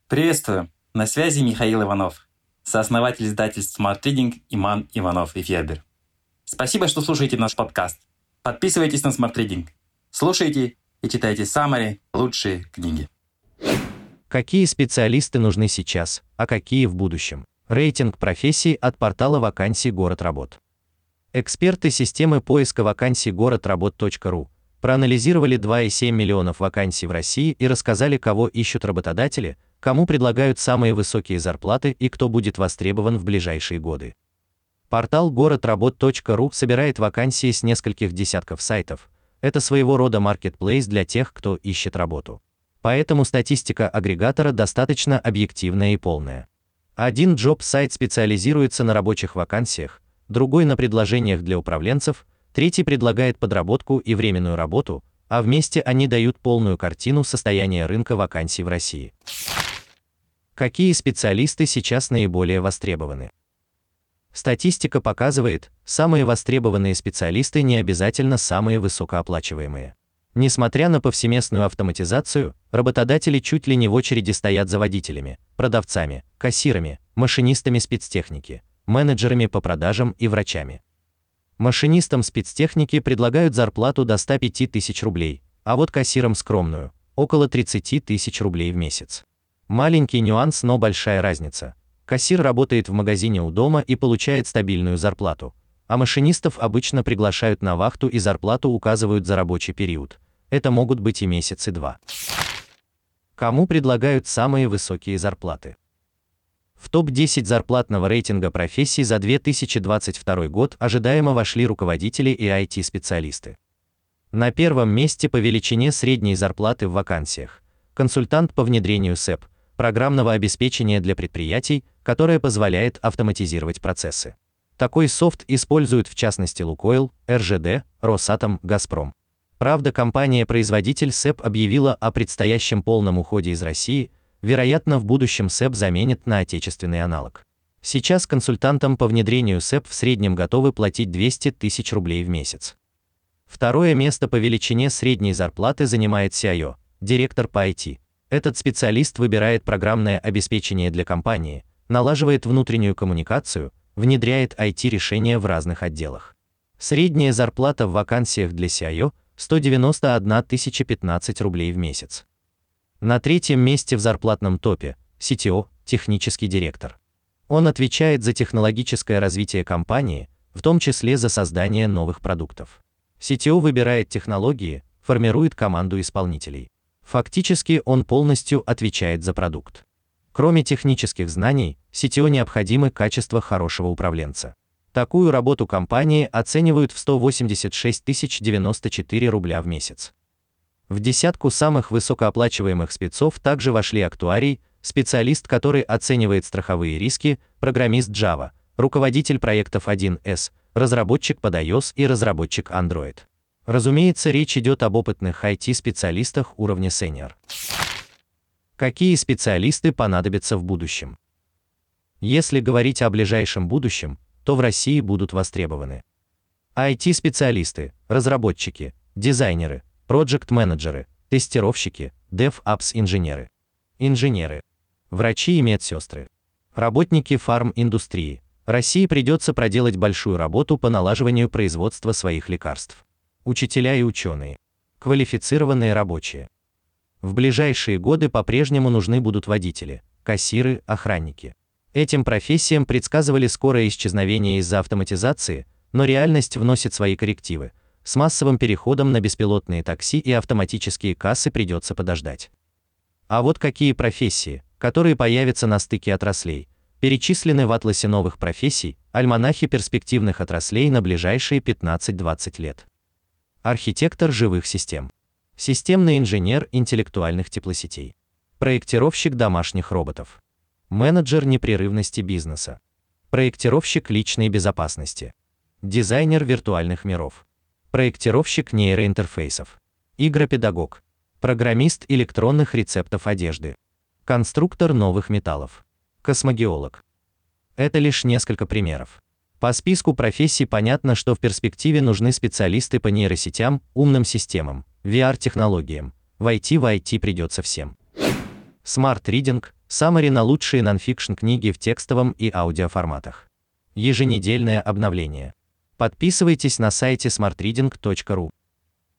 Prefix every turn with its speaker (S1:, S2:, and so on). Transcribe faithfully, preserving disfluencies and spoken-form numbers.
S1: Приветствую! На связи Михаил Иванов, сооснователь издательств Smart Reading Иман Иванов и Федер. Спасибо, что слушаете наш подкаст. Подписывайтесь на Smart Reading. Слушайте и читайте самые лучшие книги.
S2: Какие специалисты нужны сейчас, а какие в будущем? Рейтинг профессий от портала вакансий Город работ. Эксперты системы поиска вакансий город работ точка ру проанализировали два и семь миллионов вакансий в России и рассказали, кого ищут работодатели, кому предлагают самые высокие зарплаты и кто будет востребован в ближайшие годы. Портал город работ точка ру собирает вакансии с нескольких десятков сайтов. Это своего рода маркетплейс для тех, кто ищет работу. Поэтому статистика агрегатора достаточно объективная и полная. Один джоб-сайт специализируется на рабочих вакансиях, другой на предложениях для управленцев, третий предлагает подработку и временную работу, а вместе они дают полную картину состояния рынка вакансий в России. Какие специалисты сейчас наиболее востребованы? Статистика показывает, самые востребованные специалисты не обязательно самые высокооплачиваемые. Несмотря на повсеместную автоматизацию, работодатели чуть ли не в очереди стоят за водителями, продавцами, кассирами, машинистами спецтехники, менеджерами по продажам и врачами. Машинистам спецтехники предлагают зарплату до ста пяти тысяч рублей, а вот кассирам скромную – около тридцати тысяч рублей в месяц. Маленький нюанс, но большая разница. Кассир работает в магазине у дома и получает стабильную зарплату, а машинистов обычно приглашают на вахту и зарплату указывают за рабочий период. Это могут быть и месяц, и два. Кому предлагают самые высокие зарплаты? В топ десять зарплатного рейтинга профессий за две тысячи двадцать второй год ожидаемо вошли руководители и ай ти-специалисты. На первом месте по величине средней зарплаты в вакансиях консультант по внедрению сэп, программного обеспечения для предприятий, которое позволяет автоматизировать процессы. Такой софт используют в частности Лукойл, эр жэ дэ, Росатом, Газпром. Правда, компания-производитель сэп объявила о предстоящем полном уходе из России. Вероятно, в будущем сэп заменит на отечественный аналог. Сейчас консультантам по внедрению сэп в среднем готовы платить двести тысяч рублей в месяц. Второе место по величине средней зарплаты занимает си ай о, директор по ай ти. Этот специалист выбирает программное обеспечение для компании, налаживает внутреннюю коммуникацию, внедряет ай ти-решения в разных отделах. Средняя зарплата в вакансиях для си ай о – сто девяносто одна тысяча пятнадцать рублей в месяц. На третьем месте в зарплатном топе – си ти о, технический директор. Он отвечает за технологическое развитие компании, в том числе за создание новых продуктов. си ти о выбирает технологии, формирует команду исполнителей. Фактически он полностью отвечает за продукт. Кроме технических знаний, си ти о необходимы качества хорошего управленца. Такую работу компании оценивают в сто восемьдесят шесть тысяч девяносто четыре рубля в месяц. В десятку самых высокооплачиваемых спецов также вошли актуарий, специалист, который оценивает страховые риски, программист Java, руководитель проектов один эс, разработчик под iOS и разработчик Android. Разумеется, речь идет об опытных ай ти-специалистах уровня senior. Какие специалисты понадобятся в будущем? Если говорить о ближайшем будущем, то в России будут востребованы ай ти-специалисты, разработчики, дизайнеры, проджект-менеджеры, тестировщики, DevOps-инженеры, инженеры, врачи и медсестры, работники фарм-индустрии. России придется проделать большую работу по налаживанию производства своих лекарств. Учителя и ученые, квалифицированные рабочие. В ближайшие годы по-прежнему нужны будут водители, кассиры, охранники. Этим профессиям предсказывали скорое исчезновение из-за автоматизации, но реальность вносит свои коррективы. С массовым переходом на беспилотные такси и автоматические кассы придется подождать. А вот какие профессии, которые появятся на стыке отраслей, перечислены в атласе новых профессий, альманахе перспективных отраслей на ближайшие пятнадцать-двадцать лет. Архитектор живых систем. Системный инженер интеллектуальных теплосетей. Проектировщик домашних роботов. Менеджер непрерывности бизнеса. Проектировщик личной безопасности. Дизайнер виртуальных миров. Проектировщик нейроинтерфейсов. Игропедагог. Программист электронных рецептов одежды. Конструктор новых металлов. Космогеолог. Это лишь несколько примеров. По списку профессий понятно, что в перспективе нужны специалисты по нейросетям, умным системам, ви ар-технологиям. В ай ти в ай ти придется всем. Smart Reading Саммари на лучшие нонфикшн книги в текстовом и аудиоформатах. Еженедельное обновление. Подписывайтесь на сайте смарт ридинг точка ру.